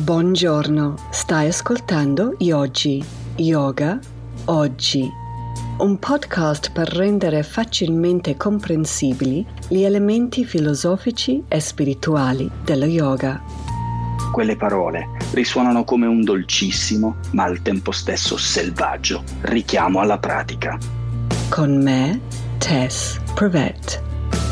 Buongiorno, stai ascoltando Yogi, Yoga Oggi, un podcast per rendere facilmente comprensibili gli elementi filosofici e spirituali dello yoga. Quelle parole risuonano come un dolcissimo, ma al tempo stesso selvaggio, richiamo alla pratica. Con me, Tess Prevet.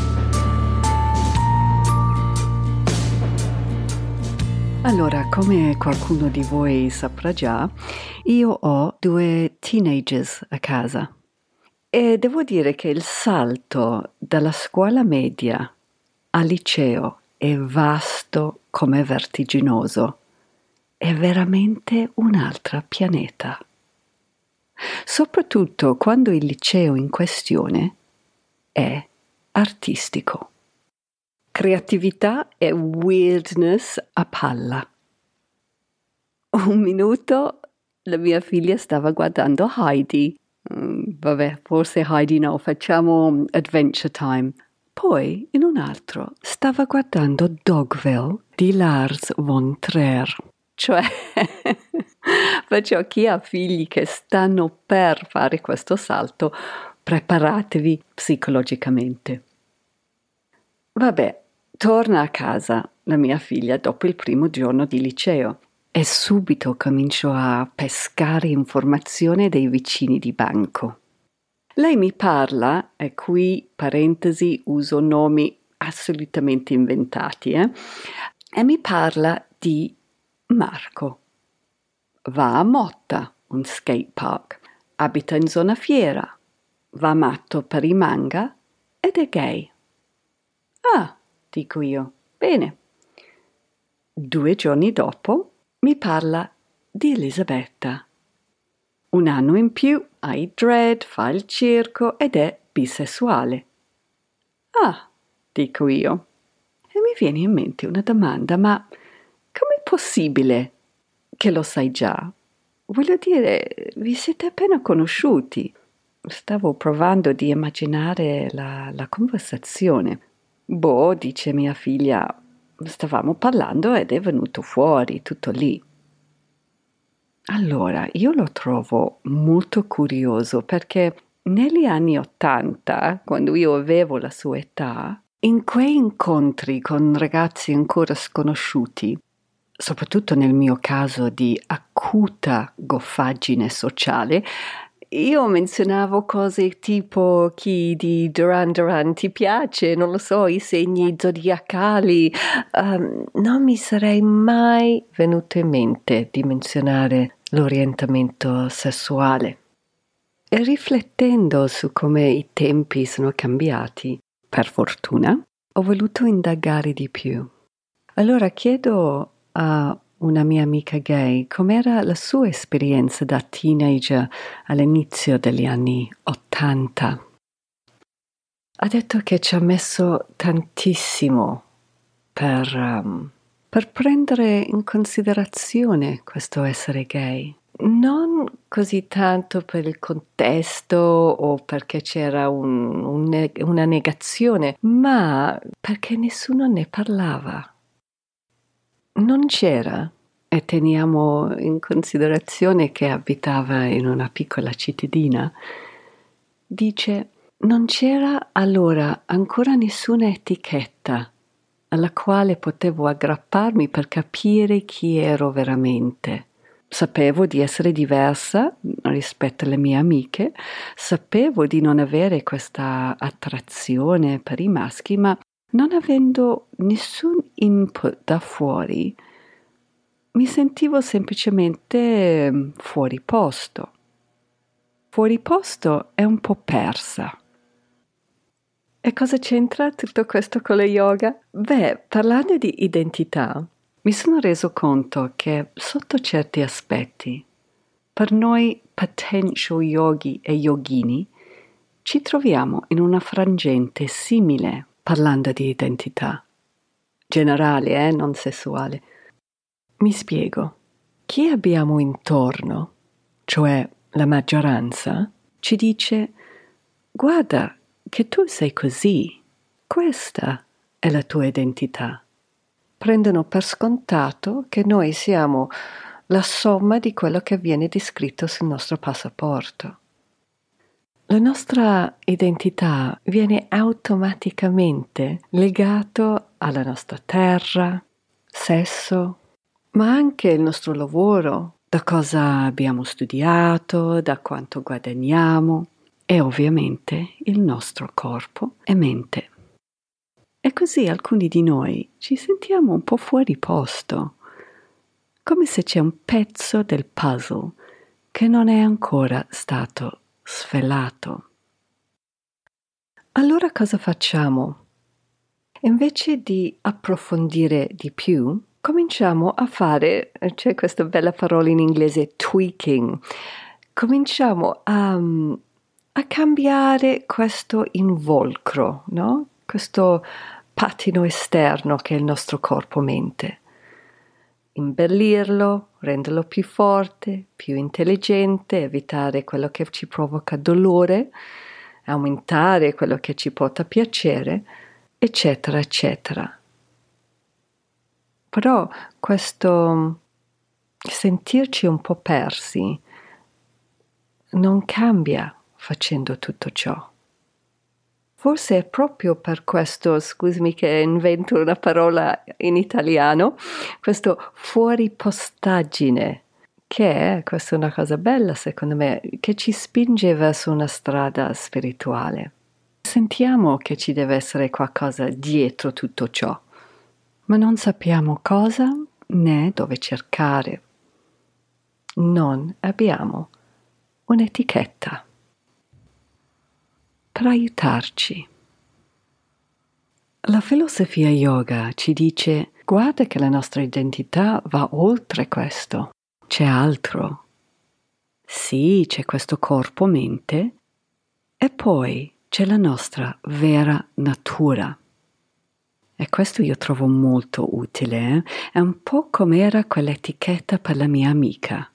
Allora, come qualcuno di voi saprà già, io ho 2 teenagers a casa e devo dire che il salto dalla scuola media al liceo è vasto come vertiginoso, è veramente un altro pianeta. Soprattutto quando il liceo in questione è artistico. Creatività e weirdness a palla. Un minuto la mia figlia stava guardando Heidi. Vabbè, forse Heidi no, facciamo Adventure Time. Poi, in un altro, stava guardando Dogville di Lars von Trier. Cioè, perciò chi ha figli che stanno per fare questo salto, preparatevi psicologicamente. Vabbè, torna a casa la mia figlia dopo il primo giorno di liceo e subito comincio a pescare informazioni dai vicini di banco. Lei mi parla, e qui parentesi uso nomi assolutamente inventati, e mi parla di Marco. Va a Motta, un skate park, abita in zona fiera, va matto per i manga ed è gay. Ah, dico io, bene. 2 giorni dopo mi parla di Elisabetta. 1 anno in più, ha i dread, fa il circo ed è bisessuale. Ah, dico io. E mi viene in mente una domanda, ma com'è possibile che lo sai già? Voglio dire, vi siete appena conosciuti. Stavo provando di immaginare la conversazione. Boh, dice mia figlia, stavamo parlando ed è venuto fuori, tutto lì. Allora, io lo trovo molto curioso perché negli anni '80, quando io avevo la sua età, in quei incontri con ragazzi ancora sconosciuti, soprattutto nel mio caso di acuta goffaggine sociale, io menzionavo cose tipo chi di Duran Duran ti piace, non lo so, i segni zodiacali. Non mi sarei mai venuto in mente di menzionare l'orientamento sessuale. E riflettendo su come i tempi sono cambiati, per fortuna, ho voluto indagare di più. Allora chiedo a una mia amica gay com'era la sua esperienza da teenager all'inizio degli anni '80. Ha detto che ci ha messo tantissimo per prendere in considerazione questo essere gay. Non così tanto per il contesto o perché c'era una negazione, ma perché nessuno ne parlava. Non c'era, e teniamo in considerazione che abitava in una piccola cittadina, dice, non c'era allora ancora nessuna etichetta alla quale potevo aggrapparmi per capire chi ero veramente. Sapevo di essere diversa rispetto alle mie amiche, sapevo di non avere questa attrazione per i maschi, ma non avendo nessun input da fuori, mi sentivo semplicemente fuori posto. Fuori posto e un po' persa. E cosa c'entra tutto questo con lo yoga? Beh, parlando di identità, mi sono reso conto che sotto certi aspetti, per noi potential yogi e yogini, ci troviamo in una frangente simile parlando di identità. Generale, non sessuale. Mi spiego. Chi abbiamo intorno, cioè la maggioranza, ci dice guarda che tu sei così, questa è la tua identità. prendono per scontato che noi siamo la somma di quello che viene descritto sul nostro passaporto. La nostra identità viene automaticamente legata alla nostra terra, sesso, ma anche il nostro lavoro, da cosa abbiamo studiato, da quanto guadagniamo e ovviamente il nostro corpo e mente. E così alcuni di noi ci sentiamo un po' fuori posto, come se c'è un pezzo del puzzle che non è ancora stato svelato. Allora cosa facciamo? Invece di approfondire di più, cominciamo a fare, c'è questa bella parola in inglese, tweaking. Cominciamo a cambiare questo involucro, no? Questo pattino esterno che è il nostro corpo-mente. Imbellirlo, renderlo più forte, più intelligente, evitare quello che ci provoca dolore, aumentare quello che ci porta piacere, eccetera, eccetera. Però questo sentirci un po' persi non cambia facendo tutto ciò. Forse è proprio per questo, scusami che invento una parola in italiano, questo fuoripostaggine, questa è una cosa bella secondo me, che ci spinge verso una strada spirituale. Sentiamo che ci deve essere qualcosa dietro tutto ciò, ma non sappiamo cosa né dove cercare. Non abbiamo un'etichetta per aiutarci. La filosofia yoga ci dice: guarda che la nostra identità va oltre questo, c'è altro. Sì, c'è questo corpo-mente e poi c'è la nostra vera natura. E questo io trovo molto utile, È un po' come era quell'etichetta per la mia amica.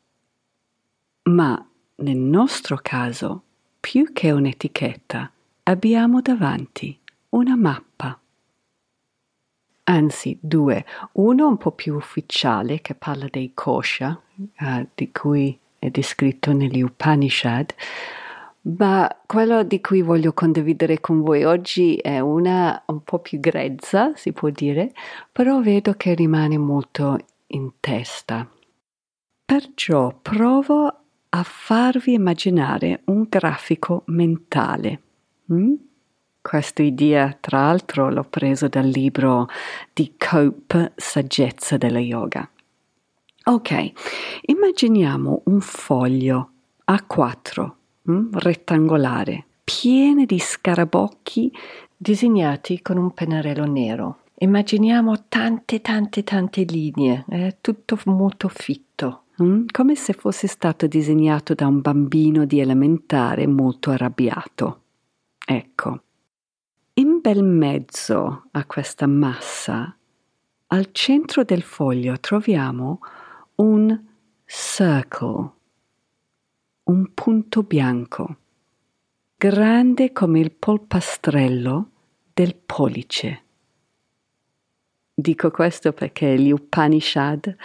Ma nel nostro caso, più che un'etichetta, abbiamo davanti una mappa. Anzi, due. Uno un po' più ufficiale che parla dei kosha, di cui è descritto negli Upanishad, ma quello di cui voglio condividere con voi oggi è una un po' più grezza, si può dire, però vedo che rimane molto in testa. Perciò provo a farvi immaginare un grafico mentale. Questa idea, tra l'altro, l'ho preso dal libro di Cope, Saggezza della Yoga. Ok, immaginiamo un foglio A4, rettangolare, pieno di scarabocchi disegnati con un pennarello nero. Immaginiamo tante linee, tutto molto fitto, come se fosse stato disegnato da un bambino di elementare molto arrabbiato. Ecco. In bel mezzo a questa massa, al centro del foglio troviamo un circle, un punto bianco, grande come il polpastrello del pollice. Dico questo perché gli Upanishad,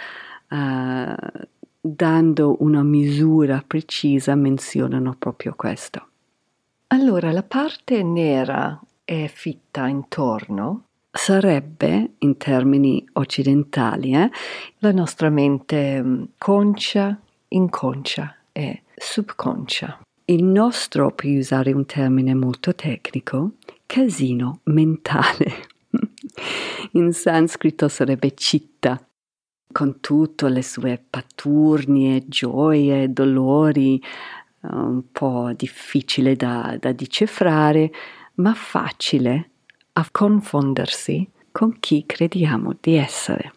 dando una misura precisa, menzionano proprio questo. Allora, la parte nera e fitta intorno sarebbe, in termini occidentali, la nostra mente conscia, inconscia e subconscia. Il nostro, per usare un termine molto tecnico, casino mentale. In sanscrito sarebbe citta, con tutte le sue patturnie, gioie, dolori, un po' difficile da decifrare, ma facile a confondersi con chi crediamo di essere.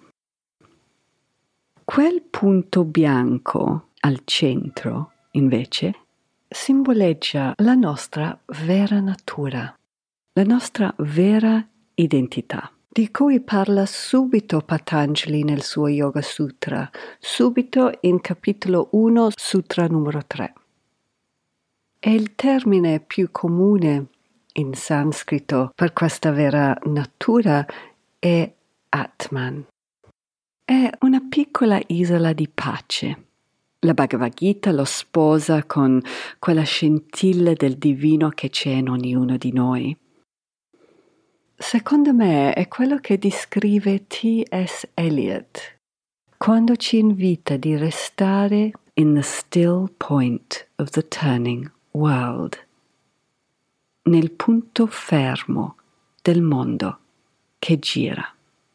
Quel punto bianco al centro, invece, simboleggia la nostra vera natura, la nostra vera identità, di cui parla subito Patanjali nel suo Yoga Sutra, subito in capitolo 1, Sutra numero 3. E il termine più comune in sanscrito per questa vera natura è Atman? È una piccola isola di pace. La Bhagavad Gita lo sposa con quella scintilla del divino che c'è in ognuno di noi. Secondo me è quello che descrive T.S. Eliot quando ci invita di restare in the still point of the turning world, nel punto fermo del mondo che gira.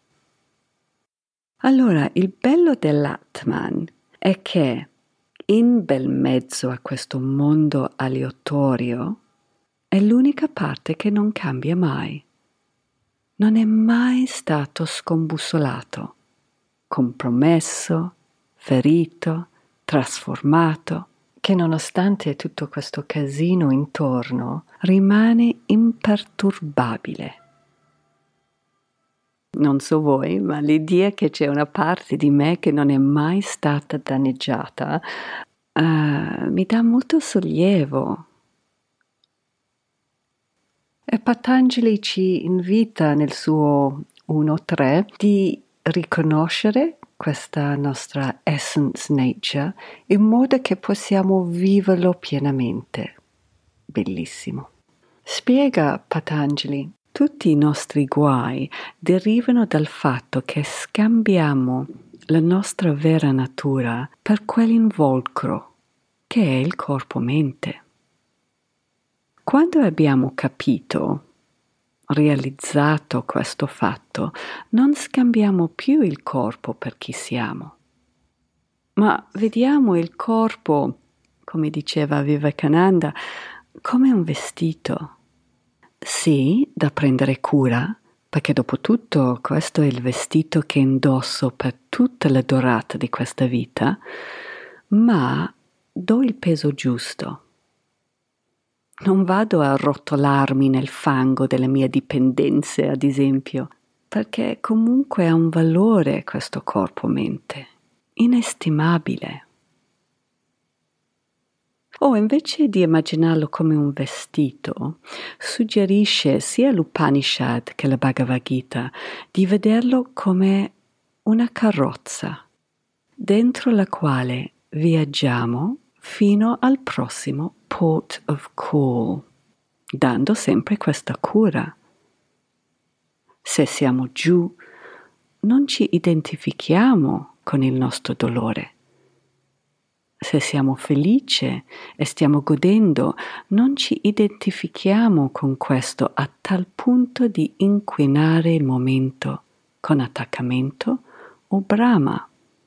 Allora, il bello dell'Atman è che in bel mezzo a questo mondo aleatorio è l'unica parte che non cambia mai. Non è mai stato scombussolato, compromesso, ferito, trasformato, che nonostante tutto questo casino intorno rimane imperturbabile. Non so voi, ma l'idea che c'è una parte di me che non è mai stata danneggiata mi dà molto sollievo. E Patanjali ci invita nel suo 1.3 di riconoscere questa nostra essence nature in modo che possiamo viverlo pienamente. Bellissimo. Spiega Patanjali: tutti i nostri guai derivano dal fatto che scambiamo la nostra vera natura per quell'involucro che è il corpo-mente. Quando abbiamo capito, realizzato questo fatto, non scambiamo più il corpo per chi siamo, ma vediamo il corpo, come diceva Vivekananda, come un vestito. Sì, da prendere cura, perché dopo tutto questo è il vestito che indosso per tutta la durata di questa vita, ma do il peso giusto. Non vado a rotolarmi nel fango delle mie dipendenze, ad esempio, perché comunque ha un valore questo corpo-mente, inestimabile. O invece di immaginarlo come un vestito, suggerisce sia l'Upanishad che la Bhagavad Gita di vederlo come una carrozza, dentro la quale viaggiamo fino al prossimo port of call, dando sempre questa cura. Se siamo giù, non ci identifichiamo con il nostro dolore. Se siamo felici e stiamo godendo, non ci identifichiamo con questo a tal punto di inquinare il momento con attaccamento o brama.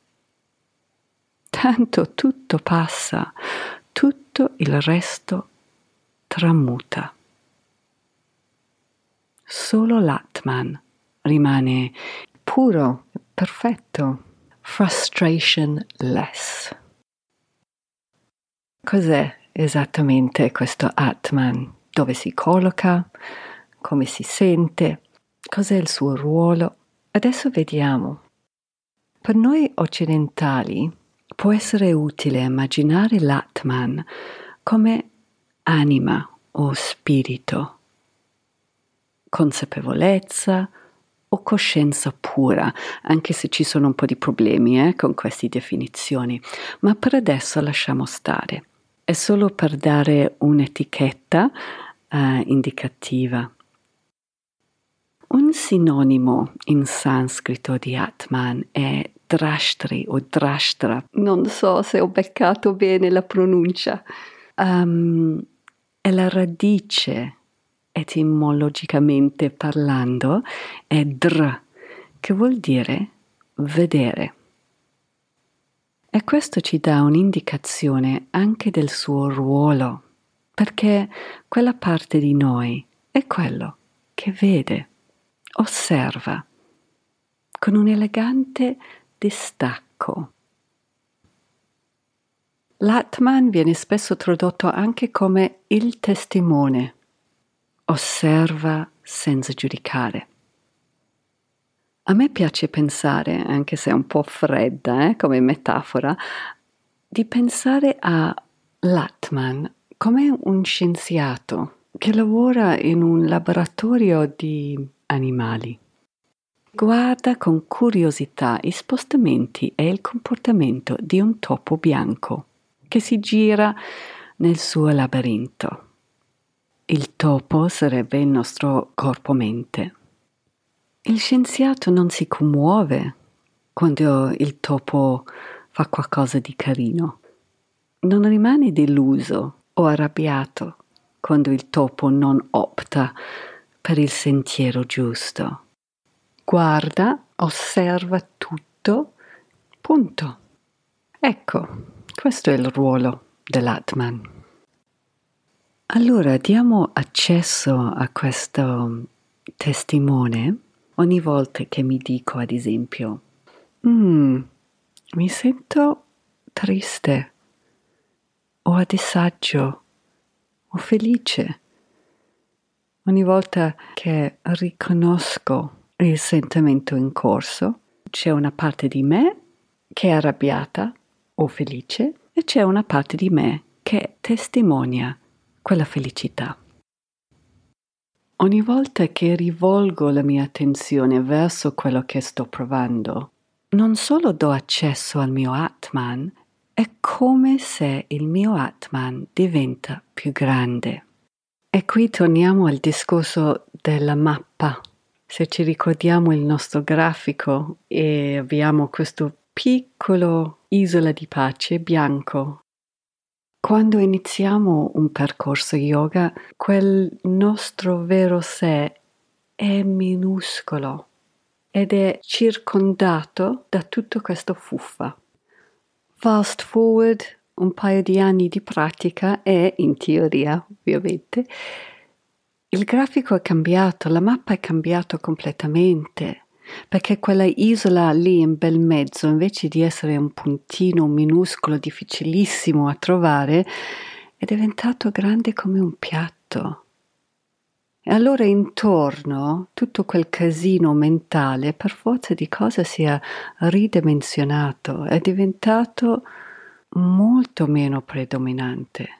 Tanto tutto passa, tutto il resto tramuta. Solo l'Atman rimane puro, perfetto, frustration-less. Cos'è esattamente questo Atman? Dove si colloca? Come si sente? Cos'è il suo ruolo? Adesso vediamo. Per noi occidentali può essere utile immaginare l'Atman come anima o spirito, consapevolezza o coscienza pura, anche se ci sono un po' di problemi con queste definizioni, ma per adesso lasciamo stare. È solo per dare un'etichetta indicativa. Un sinonimo in sanscrito di Atman è Drashtri o Drashtra. Non so se ho beccato bene la pronuncia. È la radice, etimologicamente parlando, è Dr, che vuol dire vedere. E questo ci dà un'indicazione anche del suo ruolo, perché quella parte di noi è quello che vede, osserva, con un elegante distacco. L'Atman viene spesso tradotto anche come il testimone, osserva senza giudicare. A me piace pensare, anche se è un po' fredda come metafora, di pensare a l'Atman come un scienziato che lavora in un laboratorio di animali. Guarda con curiosità i spostamenti e il comportamento di un topo bianco che si gira nel suo labirinto. Il topo sarebbe il nostro corpo-mente. Il scienziato non si commuove quando il topo fa qualcosa di carino. Non rimane deluso o arrabbiato quando il topo non opta per il sentiero giusto. Guarda, osserva tutto, punto. Ecco, questo è il ruolo dell'Atman. Allora diamo accesso a questo testimone ogni volta che mi dico, ad esempio, mi sento triste, o a disagio, o felice. Ogni volta che riconosco il sentimento in corso, c'è una parte di me che è arrabbiata o felice e c'è una parte di me che testimonia quella felicità. Ogni volta che rivolgo la mia attenzione verso quello che sto provando, non solo do accesso al mio Atman, è come se il mio Atman diventa più grande. E qui torniamo al discorso della mappa. Se ci ricordiamo il nostro grafico e abbiamo questo piccolo isola di pace bianco. Quando iniziamo un percorso yoga, quel nostro vero sé è minuscolo ed è circondato da tutto questo fuffa. Fast forward un paio di anni di pratica e, in teoria, ovviamente, il grafico è cambiato, la mappa è cambiata completamente, perché quella isola lì in bel mezzo, invece di essere un puntino minuscolo, difficilissimo a trovare, è diventato grande come un piatto. E allora intorno tutto quel casino mentale, per forza di cosa, si è ridimensionato, è diventato molto meno predominante.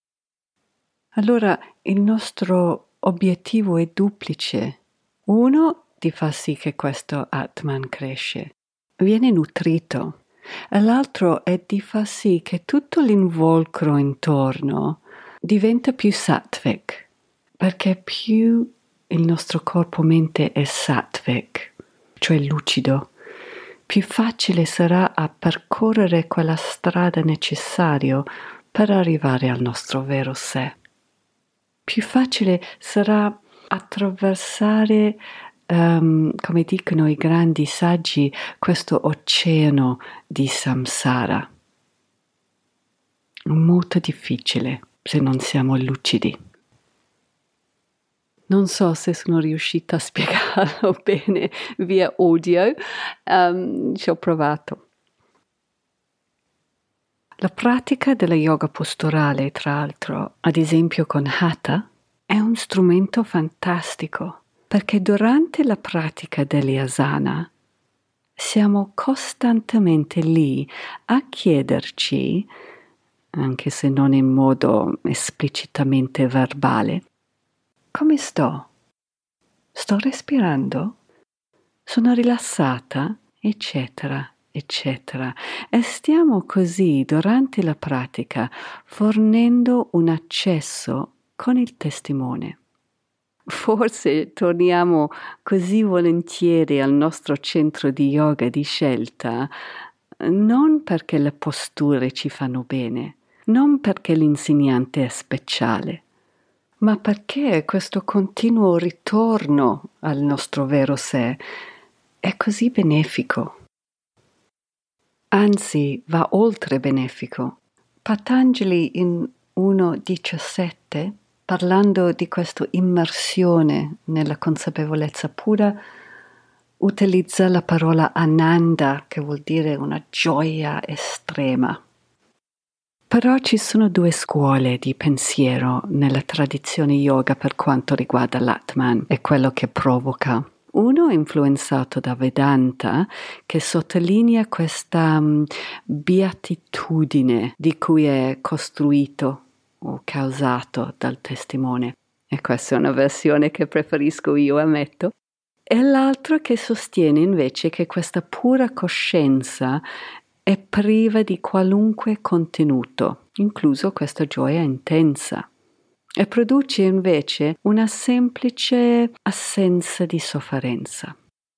Allora il nostro obiettivo è duplice. Uno, di far sì che questo Atman cresce, viene nutrito, e l'altro è di far sì che tutto l'involucro intorno diventa più sattvic, perché più il nostro corpo-mente è sattvic, cioè lucido, più facile sarà a percorrere quella strada necessaria per arrivare al nostro vero sé. Più facile sarà attraversare, come dicono i grandi saggi, questo oceano di samsara. Molto difficile se non siamo lucidi. Non so se sono riuscita a spiegarlo bene via audio, ci ho provato. La pratica della yoga posturale, tra l'altro, ad esempio con Hatha, è un strumento fantastico, perché durante la pratica dell'asana siamo costantemente lì a chiederci, anche se non in modo esplicitamente verbale, come sto? Sto respirando? Sono rilassata? Eccetera, eccetera. E stiamo così durante la pratica fornendo un accesso con il testimone. Forse torniamo così volentieri al nostro centro di yoga di scelta, non perché le posture ci fanno bene, non perché l'insegnante è speciale, ma perché questo continuo ritorno al nostro vero sé è così benefico. Anzi, va oltre benefico. Patanjali in 1.17, parlando di questa immersione nella consapevolezza pura, utilizza la parola ananda, che vuol dire una gioia estrema. Però ci sono due scuole di pensiero nella tradizione yoga per quanto riguarda l'Atman e quello che provoca. Uno è influenzato da Vedanta, che sottolinea questa beatitudine di cui è costruito o causato dal testimone. E questa è una versione che preferisco io, ammetto. e l'altro che sostiene invece che questa pura coscienza è priva di qualunque contenuto, incluso questa gioia intensa, e produce invece una semplice assenza di sofferenza.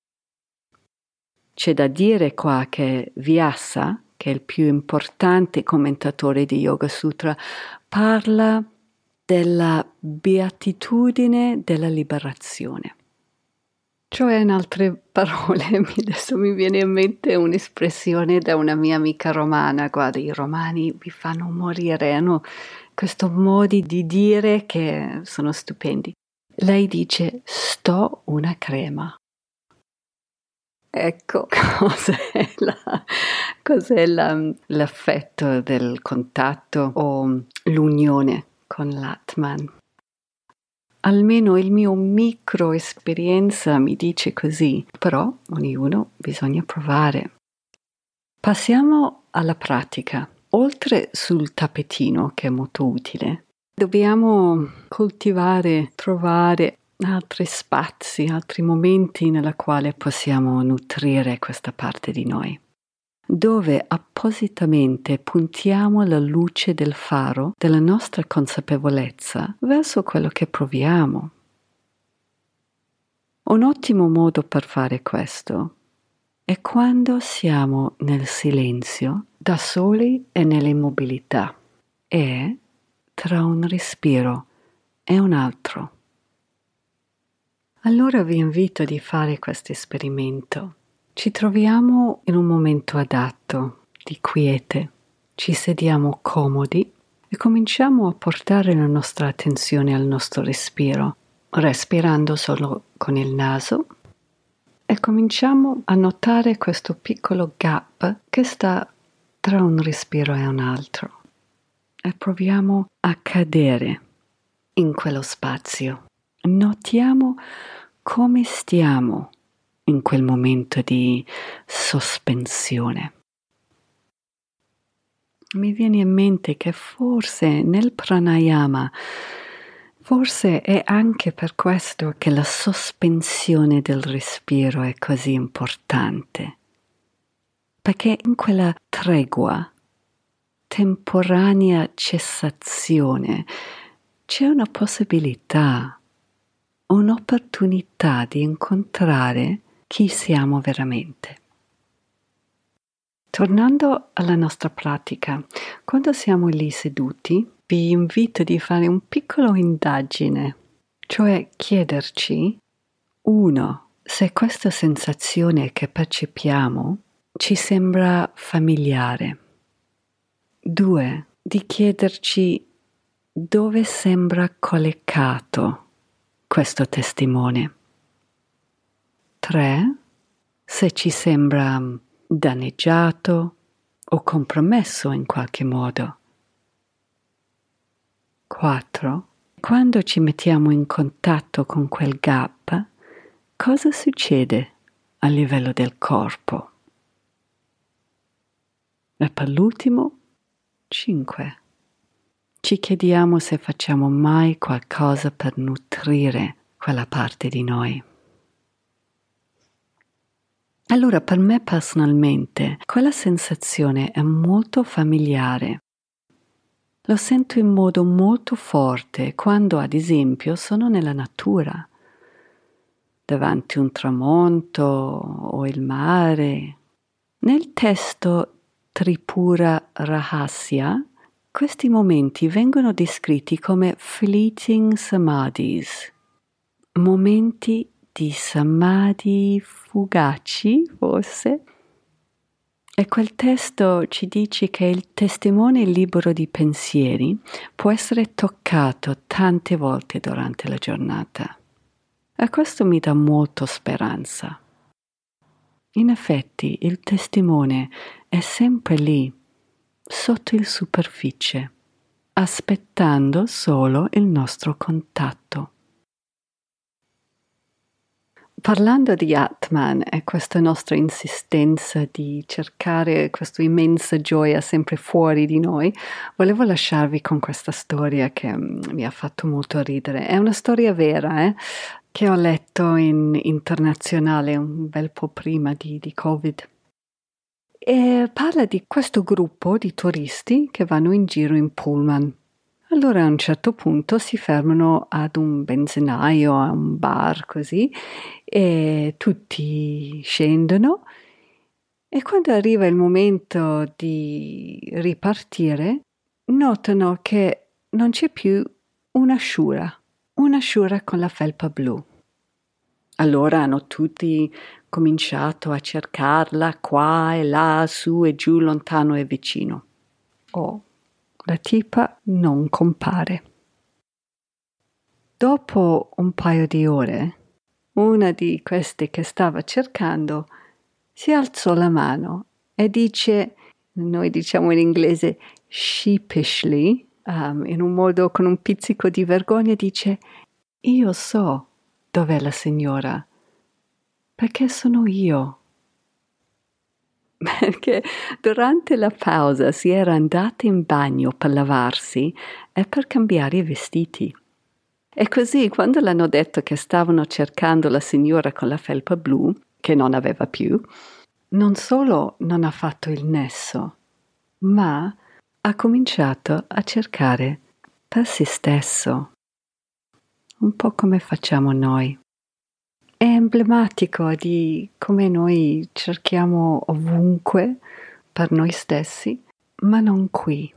C'è da dire qua che Vyasa, che è il più importante commentatore di Yoga Sutra, parla della beatitudine della liberazione. Cioè, in altre parole, adesso mi viene in mente un'espressione da una mia amica romana: guarda, i romani mi fanno morire, hanno questo modo di dire che sono stupendi. Lei dice: sto una crema. Ecco, cos'è l'affetto del contatto o l'unione con l'Atman. Almeno il mio micro esperienza mi dice così, però ognuno bisogna provare. Passiamo alla pratica. Oltre sul tappetino, che è molto utile, dobbiamo coltivare, trovare altri spazi, altri momenti nella quale possiamo nutrire questa parte di noi, dove appositamente puntiamo la luce del faro della nostra consapevolezza verso quello che proviamo. Un ottimo modo per fare questo è quando siamo nel silenzio, da soli e nell'immobilità, e tra un respiro e un altro. Allora vi invito di fare questo esperimento. Ci troviamo in un momento adatto, di quiete. Ci sediamo comodi e cominciamo a portare la nostra attenzione al nostro respiro, respirando solo con il naso, e cominciamo a notare questo piccolo gap che sta tra un respiro e un altro. E proviamo a cadere in quello spazio. Notiamo come stiamo in quel momento di sospensione. Mi viene in mente che forse nel pranayama, forse è anche per questo che la sospensione del respiro è così importante, perché in quella tregua, temporanea cessazione, c'è una possibilità, un'opportunità di incontrare chi siamo veramente. Tornando alla nostra pratica, quando siamo lì seduti, vi invito di fare un piccolo indagine, cioè chiederci, 1, se questa sensazione che percepiamo ci sembra familiare. 2, di chiederci dove sembra collegato questo testimone. 3, se ci sembra danneggiato o compromesso in qualche modo. 4, quando ci mettiamo in contatto con quel gap, cosa succede a livello del corpo? E per l'ultimo, 5. Ci chiediamo se facciamo mai qualcosa per nutrire quella parte di noi. Allora, per me personalmente, quella sensazione è molto familiare. Lo sento in modo molto forte quando, ad esempio, sono nella natura, davanti a un tramonto o il mare. Nel testo Tripura Rahasya, questi momenti vengono descritti come fleeting samadhis, momenti di samadhi fugaci, forse. E quel testo ci dice che il testimone libero di pensieri può essere toccato tante volte durante la giornata. E questo mi dà molta speranza. In effetti, il testimone è sempre lì, sotto il superficie, aspettando solo il nostro contatto. Parlando di Atman e questa nostra insistenza di cercare questa immensa gioia sempre fuori di noi, volevo lasciarvi con questa storia che mi ha fatto molto ridere. È una storia vera, che ho letto in Internazionale un bel po' prima di Covid. E parla di questo gruppo di turisti che vanno in giro in pullman. Allora a un certo punto si fermano ad un benzinaio, a un bar così, e tutti scendono e quando arriva il momento di ripartire notano che non c'è più una sciura con la felpa blu. Allora hanno tutti cominciato a cercarla qua e là, su e giù, lontano e vicino. La tipa non compare. Dopo un paio di ore, una di queste che stava cercando si alzò la mano e dice, noi diciamo in inglese sheepishly, in un modo con un pizzico di vergogna, dice: io so dov'è la signora, perché sono io. Perché durante la pausa si era andata in bagno per lavarsi e per cambiare i vestiti. E così quando l'hanno detto che stavano cercando la signora con la felpa blu, che non aveva più, non solo non ha fatto il nesso, ma ha cominciato a cercare per se stesso. Un po' come facciamo noi. È emblematico di come noi cerchiamo ovunque per noi stessi, ma non qui.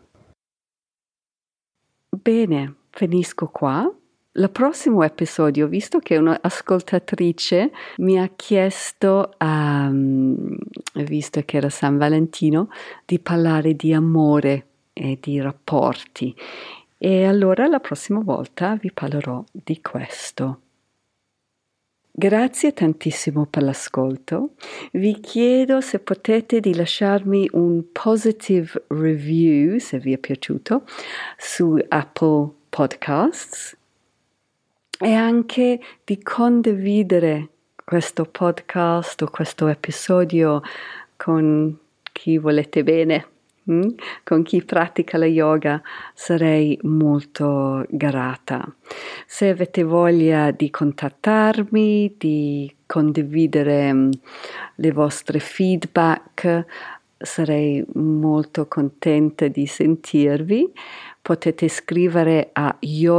Bene, finisco qua. Il prossimo episodio, visto che un'ascoltatrice mi ha chiesto, visto che era San Valentino, di parlare di amore e di rapporti. E allora la prossima volta vi parlerò di questo. Grazie tantissimo per l'ascolto. Vi chiedo se potete di lasciarmi un positive review, se vi è piaciuto, su Apple Podcasts e anche di condividere questo podcast o questo episodio con chi volete bene. Con chi pratica la yoga sarei molto grata. Se avete voglia di contattarmi, di condividere le vostre feedback, sarei molto contenta di sentirvi. Potete scrivere a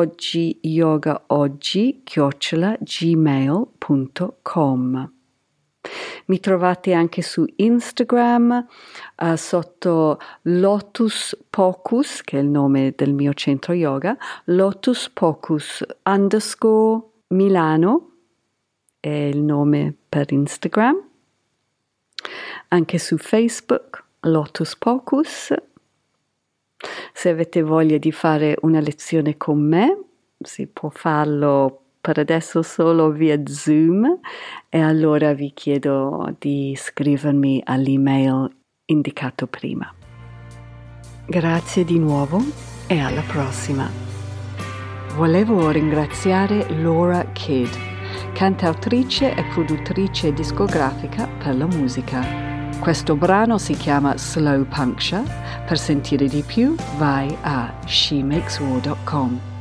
yogiyogaoggi@gmail.com. Mi trovate anche su Instagram sotto Lotus Pocus, che è il nome del mio centro yoga, Lotus Pocus _Milano è il nome per Instagram. Anche su Facebook, Lotus Pocus. Se avete voglia di fare una lezione con me, si può farlo per adesso solo via Zoom e allora vi chiedo di scrivermi all'email indicato prima. Grazie di nuovo e alla prossima. Volevo ringraziare Laura Kidd, cantautrice e produttrice discografica per la musica. Questo brano si chiama Slow Puncture. Per sentire di più vai a shemakeswar.com.